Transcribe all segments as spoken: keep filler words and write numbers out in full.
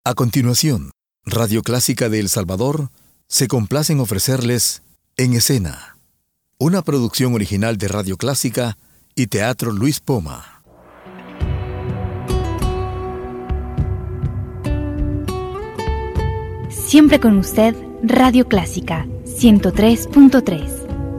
A continuación, Radio Clásica de El Salvador se complace en ofrecerles En Escena, una producción original de Radio Clásica y Teatro Luis Poma. Siempre con usted, Radio Clásica ciento tres punto tres.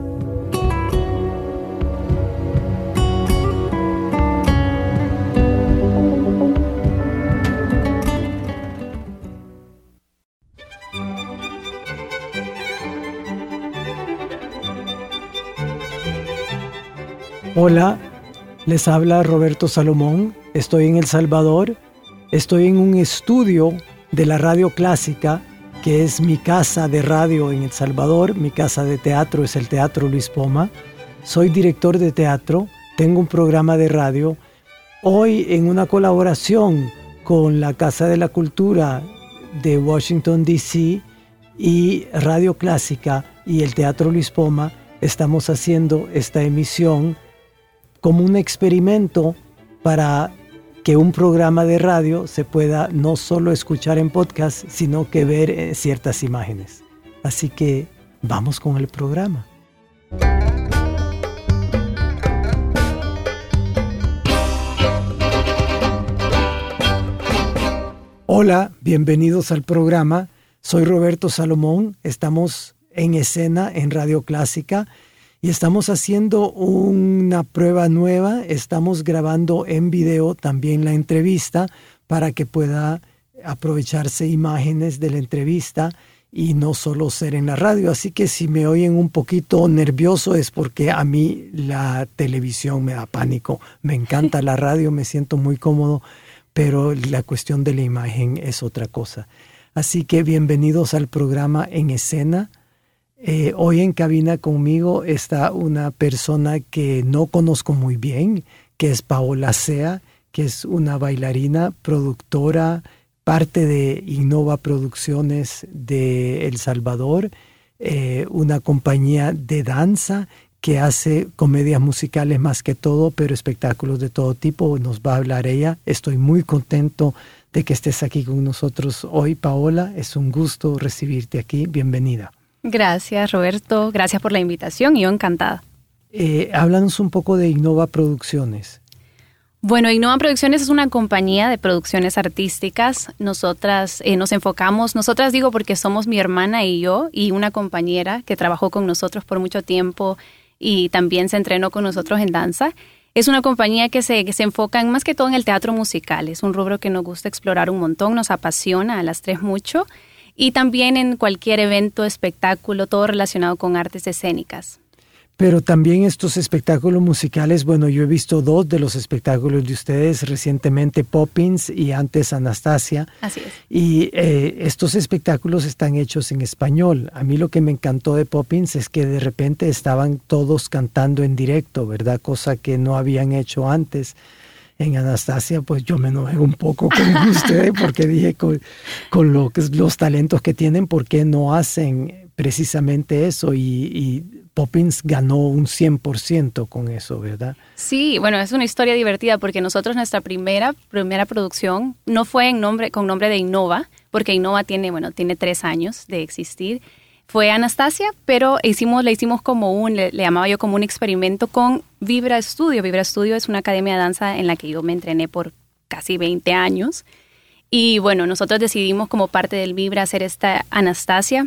Hola, les habla Roberto Salomón, estoy en El Salvador, estoy en un estudio de la Radio Clásica, que es mi casa de radio en El Salvador, mi casa de teatro es el Teatro Luis Poma, soy director de teatro, tengo un programa de radio, hoy en una colaboración con la Casa de la Cultura de Washington, D C y Radio Clásica y el Teatro Luis Poma, estamos haciendo esta emisión como un experimento para que un programa de radio se pueda no solo escuchar en podcast, sino que ver eh, ciertas imágenes. Así que vamos con el programa. Hola, bienvenidos al programa. Soy Roberto Salomón, estamos en escena en Radio Clásica. Y estamos haciendo una prueba nueva, estamos grabando en video también la entrevista para que pueda aprovecharse imágenes de la entrevista y no solo ser en la radio. Así que si me oyen un poquito nervioso es porque a mí la televisión me da pánico. Me encanta la radio, me siento muy cómodo, pero la cuestión de la imagen es otra cosa. Así que bienvenidos al programa En Escena. Eh, hoy en cabina conmigo está una persona que no conozco muy bien, que es Paola Sea, que es una bailarina, productora, parte de Innova Producciones de El Salvador, eh, una compañía de danza que hace comedias musicales más que todo, pero espectáculos de todo tipo. Nos va a hablar ella. Estoy muy contento de que estés aquí con nosotros hoy, Paola. Es un gusto recibirte aquí. Bienvenida. Gracias, Roberto. Gracias por la invitación y yo encantada. Eh, háblanos un poco de Innova Producciones. Bueno, Innova Producciones es una compañía de producciones artísticas. Nosotras eh, nos enfocamos, nosotras digo porque somos mi hermana y yo y una compañera que trabajó con nosotros por mucho tiempo y también se entrenó con nosotros en danza. Es una compañía que se, que se enfoca en, más que todo en el teatro musical. Es un rubro que nos gusta explorar un montón, nos apasiona a las tres mucho. Y también en cualquier evento, espectáculo, todo relacionado con artes escénicas. Pero también estos espectáculos musicales, bueno, yo he visto dos de los espectáculos de ustedes, recientemente Poppins y antes Anastasia. Así es. Y eh, estos espectáculos están hechos en español. A mí lo que me encantó de Poppins es que de repente estaban todos cantando en directo, ¿verdad? Cosa que no habían hecho antes. En Anastasia, pues yo me enojé un poco con ustedes porque dije con, con lo, los talentos que tienen, ¿por qué no hacen precisamente eso? Y, y Poppins ganó un cien por ciento con eso, ¿verdad? Sí, bueno, es una historia divertida porque nosotros nuestra primera, primera producción no fue en nombre, con nombre de Innova, porque Innova tiene, bueno, tiene tres años de existir. Fue Anastasia, pero hicimos, le hicimos como un, le, le llamaba yo como un experimento con Vibra Studio. Vibra Studio es una academia de danza en la que yo me entrené por casi veinte años. Y bueno, nosotros decidimos como parte del Vibra hacer esta Anastasia.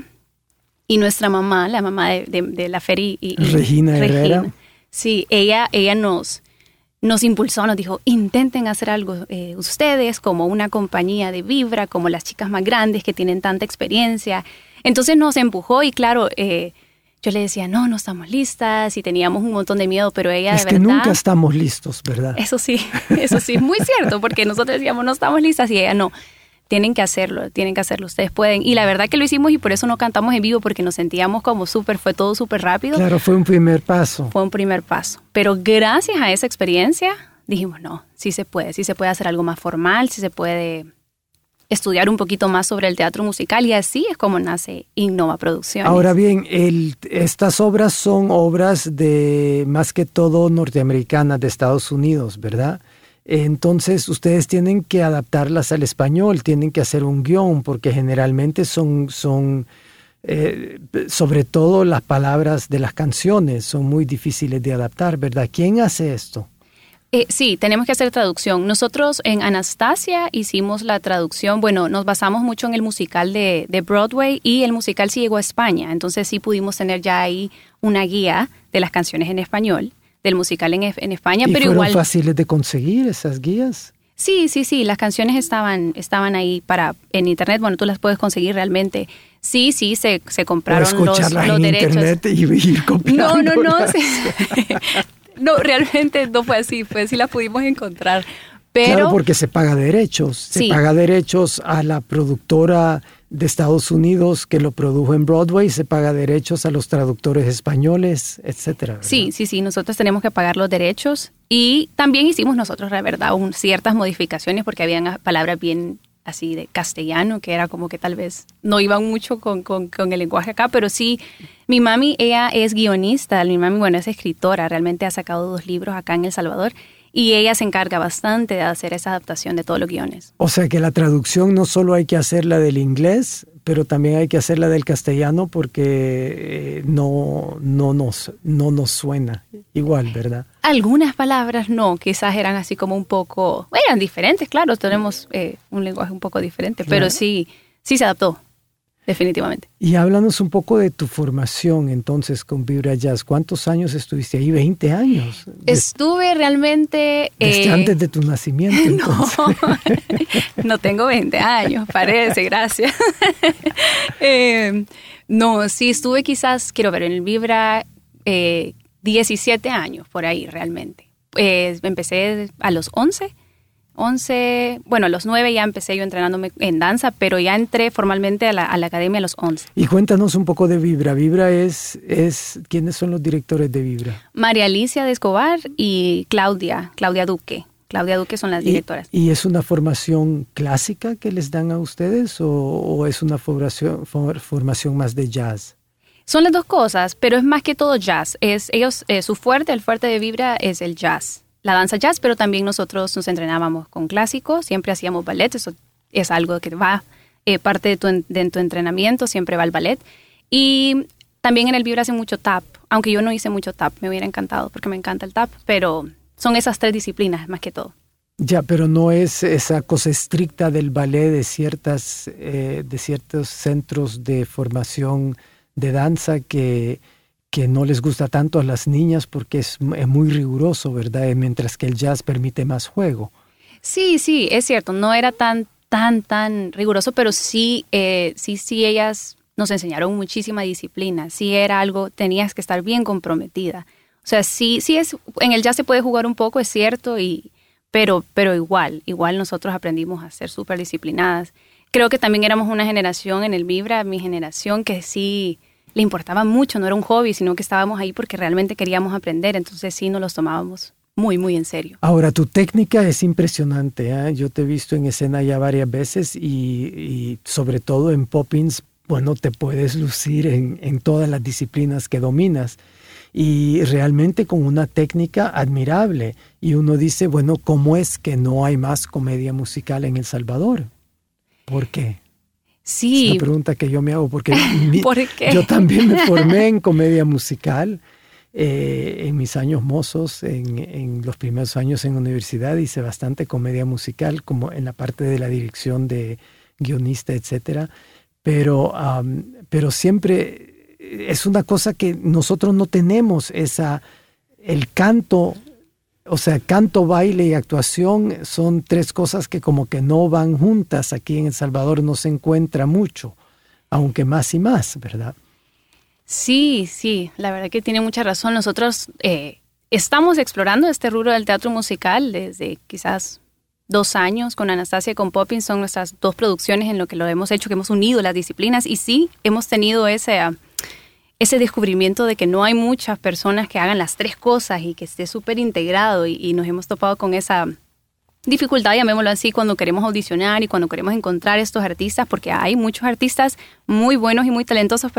Y nuestra mamá, la mamá de, de, de la Feri y, y Regina Herrera. Regina, sí, ella, ella nos, nos impulsó, nos dijo, intenten hacer algo eh, ustedes como una compañía de Vibra, como las chicas más grandes que tienen tanta experiencia. Entonces nos empujó y claro, eh, yo le decía, no, no estamos listas y teníamos un montón de miedo, pero ella es de que verdad... nunca estamos listos, ¿verdad? Eso sí, eso sí, es muy cierto, porque nosotros decíamos, no estamos listas y ella no, tienen que hacerlo, tienen que hacerlo, ustedes pueden. Y la verdad que lo hicimos y por eso no cantamos en vivo, porque nos sentíamos como súper, fue todo súper rápido. Claro, fue un primer paso. Fue un primer paso, pero gracias a esa experiencia dijimos, no, sí se puede, sí se puede hacer algo más formal, sí se puede... estudiar un poquito más sobre el teatro musical y así es como nace Innova Producciones. Ahora bien, el, estas obras son obras de más que todo norteamericanas de Estados Unidos, ¿verdad? Entonces ustedes tienen que adaptarlas al español, tienen que hacer un guión, porque generalmente son, son eh, sobre todo las palabras de las canciones, son muy difíciles de adaptar, ¿verdad? ¿Quién hace esto? Eh, sí, tenemos que hacer traducción. Nosotros en Anastasia hicimos la traducción, bueno, nos basamos mucho en el musical de, de Broadway y el musical sí llegó a España, entonces sí pudimos tener ya ahí una guía de las canciones en español, del musical en, en España, ¿Y pero fueron igual... fáciles de conseguir esas guías? Sí, sí, sí, las canciones estaban, estaban ahí para en internet, bueno, tú las puedes conseguir realmente. Sí, sí, se, se compraron o los, escucharlas los en derechos. internet y ir copiando. No, no, no, sí. No, realmente no fue así, pues sí la pudimos encontrar. Pero, claro, porque se paga derechos, se sí. paga derechos a la productora de Estados Unidos que lo produjo en Broadway, se paga derechos a los traductores españoles, etcétera, ¿verdad? Sí, sí, sí, nosotros tenemos que pagar los derechos y también hicimos nosotros, la verdad, un, ciertas modificaciones porque habían palabras bien así de castellano, que era como que tal vez no iban mucho con, con, con el lenguaje acá, pero sí, mi mami, ella es guionista, mi mami, bueno, es escritora, realmente ha sacado dos libros acá en El Salvador y ella se encarga bastante de hacer esa adaptación de todos los guiones. O sea que la traducción no solo hay que hacerla del inglés, pero también hay que hacerla del castellano porque no, no, nos, no nos suena igual, ¿verdad? Algunas palabras no, quizás eran así como un poco, eran diferentes, claro, tenemos eh, un lenguaje un poco diferente, Claro. pero sí, sí se adaptó, definitivamente. Y háblanos un poco de tu formación entonces con Vibra Jazz. ¿Cuántos años estuviste ahí? veinte años. Des- Estuve realmente... Desde eh, antes de tu nacimiento, entonces. No, no tengo veinte años, parece, gracias. eh, no, sí, estuve quizás, quiero ver, en el Vibra eh, diecisiete años, por ahí realmente. Eh, empecé a los once, once, bueno, a los nueve ya empecé yo entrenándome en danza, pero ya entré formalmente a la, a la academia a los once. Y cuéntanos un poco de Vibra. Vibra es, es, ¿quiénes son los directores de Vibra? María Alicia de Escobar y Claudia, Claudia Duque. Claudia Duque son las Y- directoras. ¿Y, es una formación clásica que les dan a ustedes o, o es una formación, for- formación más de jazz? Son las dos cosas, pero es más que todo jazz. Es, ellos, eh, su fuerte, el fuerte de Vibra es el jazz, la danza jazz, pero también nosotros nos entrenábamos con clásicos, siempre hacíamos ballet, eso es algo que va, eh, parte de tu, en- de tu entrenamiento, siempre va el ballet. Y también en el Vibra hacen mucho tap, aunque yo no hice mucho tap, me hubiera encantado porque me encanta el tap, pero son esas tres disciplinas más que todo. Ya, pero no es esa cosa estricta del ballet de, ciertas, eh, de ciertos centros de formación de danza que, que no les gusta tanto a las niñas porque es, es muy riguroso, ¿verdad? Mientras que el jazz permite más juego. Sí, sí, es cierto, no era tan, tan, tan riguroso, pero sí, eh, sí, sí, ellas nos enseñaron muchísima disciplina, sí era algo, tenías que estar bien comprometida. O sea, sí, sí es, en el jazz se puede jugar un poco, es cierto, y, pero, pero igual, igual nosotros aprendimos a ser súper disciplinadas. Creo que también éramos una generación en el Vibra, mi generación, que sí le importaba mucho, no era un hobby, sino que estábamos ahí porque realmente queríamos aprender, entonces sí nos los tomábamos muy, muy en serio. Ahora, tu técnica es impresionante, ¿eh? Yo te he visto en escena ya varias veces y, y sobre todo en Poppins, bueno, te puedes lucir en, en todas las disciplinas que dominas. Y realmente con una técnica admirable. Y uno dice, bueno, ¿cómo es que no hay más comedia musical en El Salvador? ¿Por qué? Sí. Es una pregunta que yo me hago porque mi, ¿Por qué? yo también me formé en comedia musical eh, en mis años mozos, en, en los primeros años en la universidad hice bastante comedia musical, como en la parte de la dirección de guionista, etcétera. Pero, um, pero siempre... es una cosa que nosotros no tenemos, esa, el canto, o sea, canto, baile y actuación son tres cosas que como que no van juntas. Aquí en El Salvador no se encuentra mucho, aunque más y más, ¿verdad? Sí, sí, la verdad que tiene mucha razón. Nosotros eh, estamos explorando este rubro del teatro musical desde quizás dos años con Anastasia y con Poppins. Son nuestras dos producciones en lo que lo hemos hecho, que hemos unido las disciplinas y sí, hemos tenido ese... Uh, ese descubrimiento de que no hay muchas personas que hagan las tres cosas y que esté súper integrado y, y nos hemos topado con esa dificultad, llamémoslo así, cuando queremos audicionar y cuando queremos encontrar estos artistas, porque hay muchos artistas muy buenos y muy talentosos, pero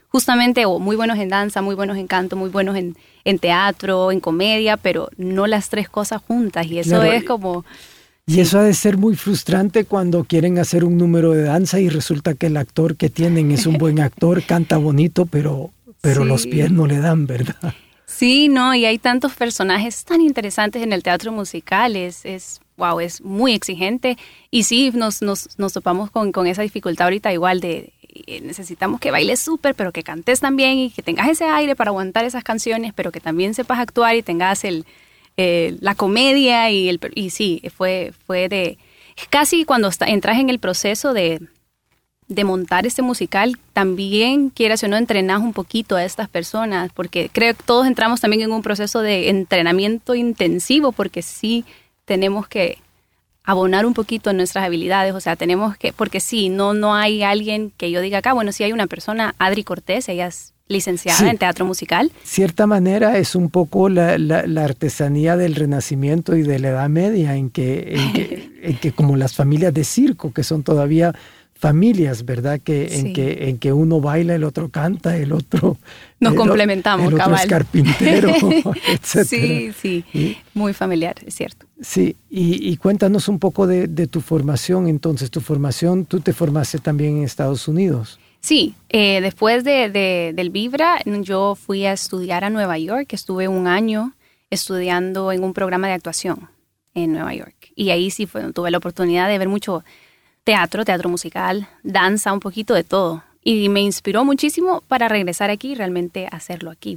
justamente o muy buenos en danza, muy buenos en canto, muy buenos en, en teatro, en comedia, pero no las tres cosas juntas. Y eso claro, es como... Y sí. Eso ha de ser muy frustrante cuando quieren hacer un número de danza y resulta que el actor que tienen es un buen actor, canta bonito, pero, pero sí. los pies no le dan, ¿verdad? Sí, no, y hay tantos personajes tan interesantes en el teatro musical, es, es wow, es muy exigente. Y sí, nos, nos, nos topamos con, con esa dificultad ahorita igual de necesitamos que bailes súper, pero que cantes también y que tengas ese aire para aguantar esas canciones, pero que también sepas actuar y tengas el, eh, la comedia y, el, y sí, fue, fue de... Casi cuando está, entras en el proceso de... de montar este musical, también, quieras o no, entrenas un poquito a estas personas, porque creo que todos entramos también en un proceso de entrenamiento intensivo, porque sí tenemos que abonar un poquito nuestras habilidades, o sea, tenemos que, porque sí, no, no hay alguien que yo diga acá, bueno, sí hay una persona, Adri Cortés, ella es licenciada sí. en teatro musical. Cierta manera es un poco la, la, la artesanía del Renacimiento y de la Edad Media, en que, en que, en que como las familias de circo, que son todavía familias, ¿verdad? Que sí. en que en que uno baila, el otro canta, el otro nos el, complementamos, el otro cabal. Es carpintero, etcétera. Sí, sí, y, muy familiar, es cierto. Sí, y, y cuéntanos un poco de, de tu formación. Entonces, tu formación, tú te formaste también en Estados Unidos. Sí, eh, después de, de, del Vibra, yo fui a estudiar a Nueva York, estuve un año estudiando en un programa de actuación en Nueva York, y ahí sí fue, tuve la oportunidad de ver mucho teatro, teatro musical, danza, un poquito de todo. Y me inspiró muchísimo para regresar aquí y realmente hacerlo aquí.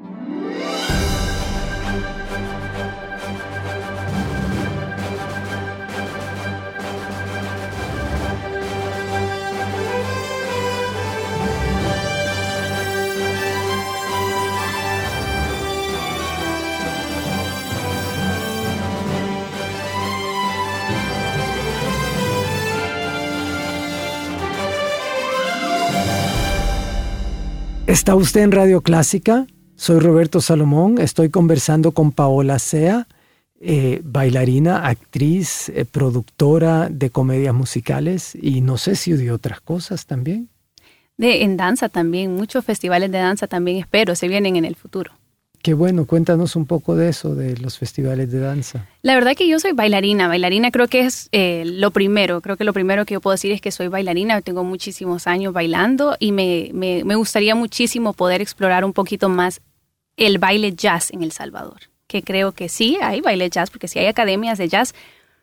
Está usted en Radio Clásica, soy Roberto Salomón, estoy conversando con Paola Sea, eh, bailarina, actriz, eh, productora de comedias musicales y no sé si de otras cosas también. De, en danza también, muchos festivales de danza también espero, se vienen en el futuro. Qué bueno, cuéntanos un poco de eso, de los festivales de danza. La verdad que yo soy bailarina, bailarina creo que es eh, lo primero, creo que lo primero que yo puedo decir es que soy bailarina, tengo muchísimos años bailando y me, me, me gustaría muchísimo poder explorar un poquito más el baile jazz en El Salvador, que creo que sí hay baile jazz, porque sí hay academias de jazz,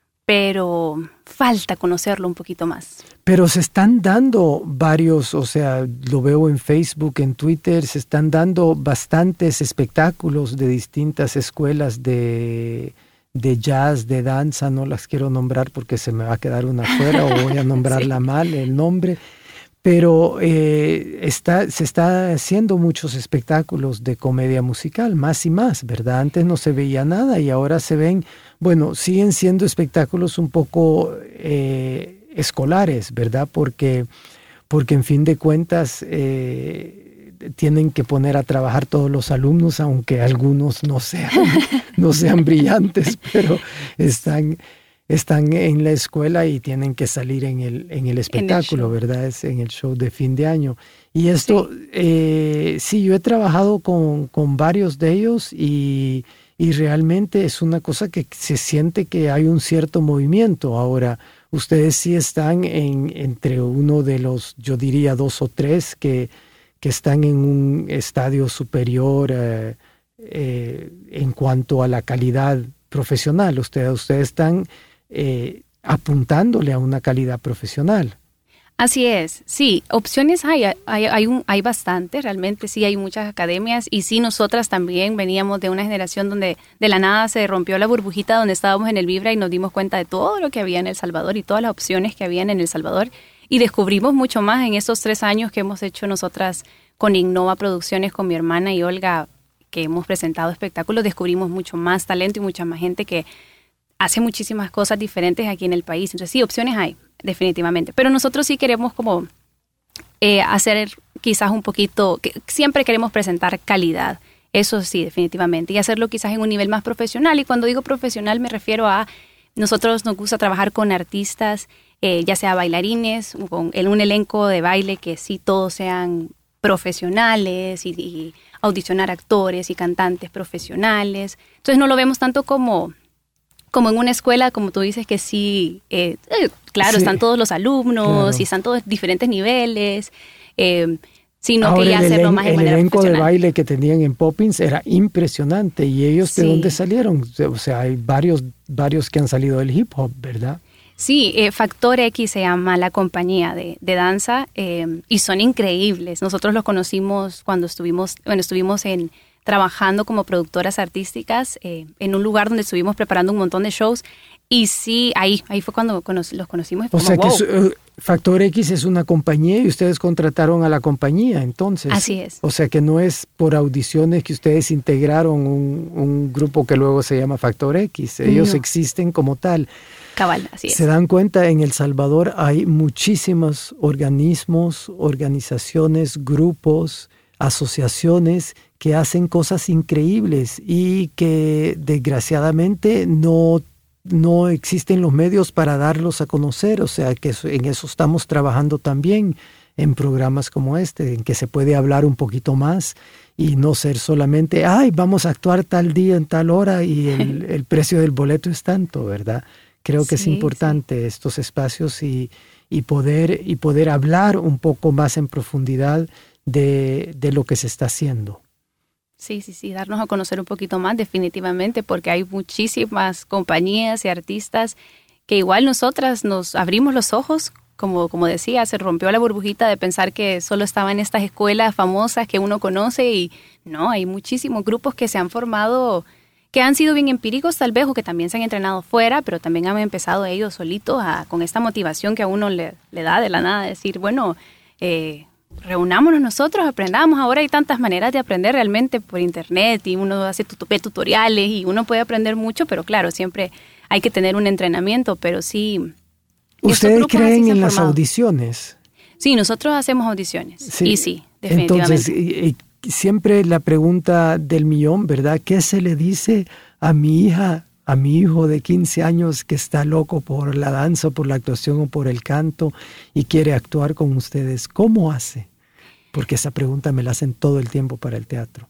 pero falta conocerlo un poquito más. Pero se están dando varios, o sea, lo veo en Facebook, en Twitter, se están dando bastantes espectáculos de distintas escuelas de, de jazz, de danza, no las quiero nombrar porque se me va a quedar una fuera o voy a nombrarla sí. mal, el nombre, pero eh, está, se está haciendo muchos espectáculos de comedia musical, más y más, ¿verdad? Antes no se veía nada y ahora se ven, bueno, siguen siendo espectáculos un poco eh, escolares, ¿verdad? Porque, porque en fin de cuentas eh, tienen que poner a trabajar todos los alumnos, aunque algunos no sean, no sean brillantes, pero están... están en la escuela y tienen que salir en el, en el espectáculo, en el ¿verdad? Es en el show de fin de año. Y esto, sí, eh, sí yo he trabajado con, con varios de ellos y, y realmente es una cosa que se siente que hay un cierto movimiento. Ahora, ustedes sí están en, entre uno de los, yo diría dos o tres que, que están en un estadio superior eh, eh, en cuanto a la calidad profesional. Ustedes, ustedes están eh, apuntándole a una calidad profesional. Así es, sí, opciones hay, hay, hay, un, hay bastante, realmente sí hay muchas academias y sí nosotras también veníamos de una generación donde de la nada se rompió la burbujita donde estábamos en el Vibra y nos dimos cuenta de todo lo que había en El Salvador y todas las opciones que habían en El Salvador y descubrimos mucho más en estos tres años que hemos hecho nosotras con Innova Producciones, con mi hermana y Olga, que hemos presentado espectáculos, descubrimos mucho más talento y mucha más gente que hace muchísimas cosas diferentes aquí en el país. Entonces sí, opciones hay, definitivamente. Pero nosotros sí queremos como eh, hacer quizás un poquito, que siempre queremos presentar calidad. Eso sí, definitivamente. Y hacerlo quizás en un nivel más profesional. Y cuando digo profesional me refiero a, nosotros nos gusta trabajar con artistas, eh, ya sea bailarines, con, en un elenco de baile que sí todos sean profesionales y, y audicionar actores y cantantes profesionales. Entonces no lo vemos tanto como, como en una escuela, como tú dices, que sí, eh, eh, claro, sí, están todos los alumnos, claro, y están todos diferentes niveles, eh, sino Ahora, que ya hacerlo más de el manera elenco profesional. de baile que tenían en Poppins era impresionante. ¿Y ellos sí. de dónde salieron? O sea, hay varios, varios que han salido del hip hop, ¿verdad? Sí, eh, Factor X se llama la compañía de, de danza eh, y son increíbles. Nosotros los conocimos cuando estuvimos, bueno, estuvimos en, trabajando como productoras artísticas eh, en un lugar donde estuvimos preparando un montón de shows. Y sí, ahí, ahí fue cuando cono- los conocimos. O como, sea wow. que es, uh, Factor X es una compañía y ustedes contrataron a la compañía, entonces. Así es. O sea que no es por audiciones que ustedes integraron un, un grupo que luego se llama Factor X. Ellos no. existen como tal. Cabal, así es. Se dan cuenta, en El Salvador hay muchísimos organismos, organizaciones, grupos, asociaciones que hacen cosas increíbles y que desgraciadamente no no existen los medios para darlos a conocer, o sea que eso, en eso estamos trabajando también en programas como este, en que se puede hablar un poquito más y no ser solamente, ay, vamos a actuar tal día en tal hora y el, el precio del boleto es tanto, ¿verdad? Creo que sí, es importante sí. estos espacios y, y, poder, y poder hablar un poco más en profundidad de, de lo que se está haciendo. Sí, sí, sí, darnos a conocer un poquito más definitivamente, porque hay muchísimas compañías y artistas que igual nosotras nos abrimos los ojos, como, como decía, se rompió la burbujita de pensar que solo estaban estas escuelas famosas que uno conoce y no, hay muchísimos grupos que se han formado, que han sido bien empíricos tal vez o que también se han entrenado fuera, pero también han empezado ellos solitos a, con esta motivación que a uno le, le da de la nada, decir, bueno, eh, reunámonos nosotros, aprendamos. Ahora hay tantas maneras de aprender realmente por internet y uno hace tutoriales y uno puede aprender mucho, pero claro, siempre hay que tener un entrenamiento, pero sí. ¿Ustedes creen en las audiciones? Sí, nosotros hacemos audiciones sí. y sí, definitivamente. Entonces, y, y siempre la pregunta del millón, ¿verdad? ¿Qué se le dice a mi hija, a mi hijo de quince años que está loco por la danza, por la actuación o por el canto y quiere actuar con ustedes? ¿Cómo hace? Porque esa pregunta me la hacen todo el tiempo para el teatro.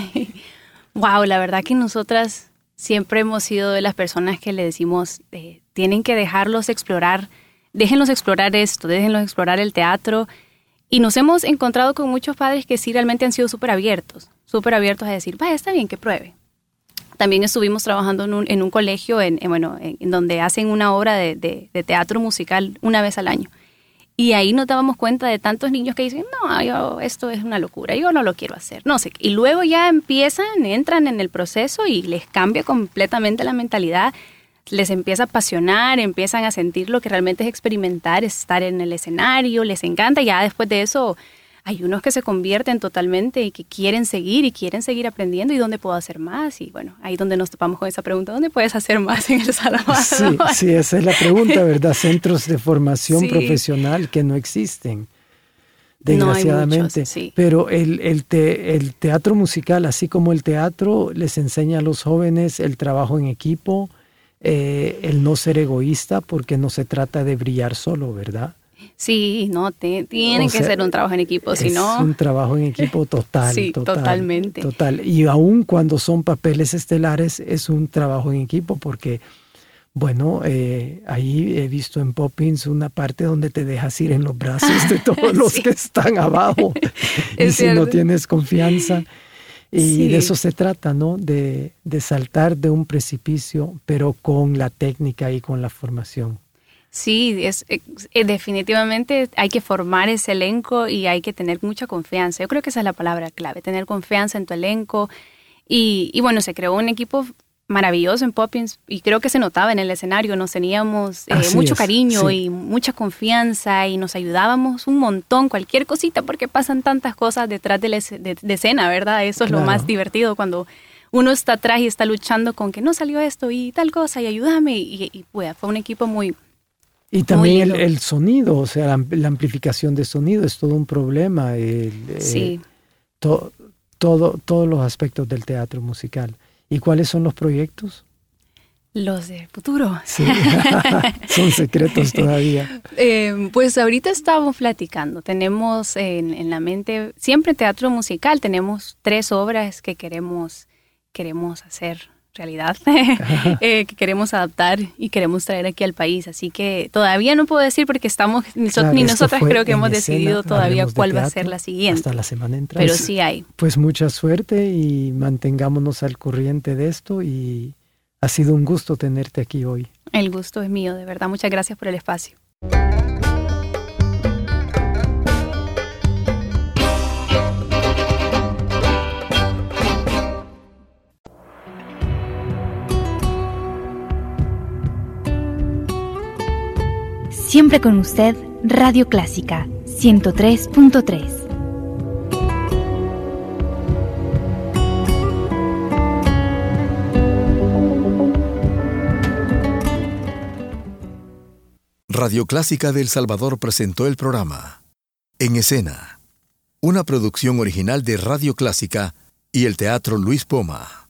Wow, la verdad que nosotras siempre hemos sido de las personas que le decimos, eh, tienen que dejarlos explorar, déjenlos explorar esto, déjenlos explorar el teatro. Y nos hemos encontrado con muchos padres que sí realmente han sido súper abiertos, súper abiertos a decir, vaya, está bien que pruebe. También estuvimos trabajando en un, en un colegio en, en, bueno, en, en donde hacen una obra de, de, de teatro musical una vez al año. Y ahí nos dábamos cuenta de tantos niños que dicen, no, yo, esto es una locura, yo no lo quiero hacer, no sé. Y luego ya empiezan, entran en el proceso y les cambia completamente la mentalidad, les empieza a apasionar, empiezan a sentir lo que realmente es experimentar, estar en el escenario, les encanta. Y ya después de eso hay unos que se convierten totalmente y que quieren seguir y quieren seguir aprendiendo. ¿Y dónde puedo hacer más? Y bueno, ahí donde nos topamos con esa pregunta, ¿dónde puedes hacer más en El Salvador? Sí, sí, esa es la pregunta, ¿verdad? Centros de formación sí. profesional que no existen, desgraciadamente. No hay muchos, sí. Pero el, el, te, el teatro musical, así como el teatro, les enseña a los jóvenes el trabajo en equipo, eh, el no ser egoísta, porque no se trata de brillar solo, ¿verdad? Sí, no, te, tiene o que sea, ser un trabajo en equipo, si no... Es un trabajo en equipo total, sí, total, totalmente. Total. Y aún cuando son papeles estelares, es un trabajo en equipo porque, bueno, eh, ahí he visto en Poppins una parte donde te dejas ir en los brazos de todos los sí. que están abajo. y si no tienes confianza... Y sí. de eso se trata, ¿no? De, de saltar de un precipicio, pero con la técnica y con la formación. Sí, es, es, definitivamente hay que formar ese elenco y hay que tener mucha confianza. Yo creo que esa es la palabra clave, tener confianza en tu elenco. Y, y bueno, se creó un equipo maravilloso en Poppins y creo que se notaba en el escenario. Nos teníamos eh, mucho es, cariño sí. y mucha confianza y nos ayudábamos un montón, cualquier cosita, porque pasan tantas cosas detrás de, la, de, de escena, ¿verdad? Eso es claro. lo más divertido cuando uno está atrás y está luchando con que no salió esto y tal cosa y ayúdame. Y, y pues, fue un equipo muy... Y también el, el sonido, o sea, la, la amplificación de sonido es todo un problema. El, sí. Eh, to, todo, todos los aspectos del teatro musical. ¿Y cuáles son los proyectos? Los de futuro. Sí, son secretos todavía. Eh, pues ahorita estamos platicando. Tenemos en, en la mente siempre teatro musical. Tenemos tres obras que queremos, queremos hacer realidad, eh, que queremos adaptar y queremos traer aquí al país. Así que todavía no puedo decir porque estamos, Claro, ni esto nosotras fue creo que en hemos escena, decidido todavía hablemos de cuál va a teatro ser la siguiente. hasta la semana entrante. Pero sí hay. Pues mucha suerte y mantengámonos al corriente de esto, y ha sido un gusto tenerte aquí hoy. El gusto es mío, de verdad. Muchas gracias por el espacio. Siempre con usted, Radio Clásica ciento tres punto tres. Radio Clásica de El Salvador presentó el programa En Escena, una producción original de Radio Clásica y el Teatro Luis Poma.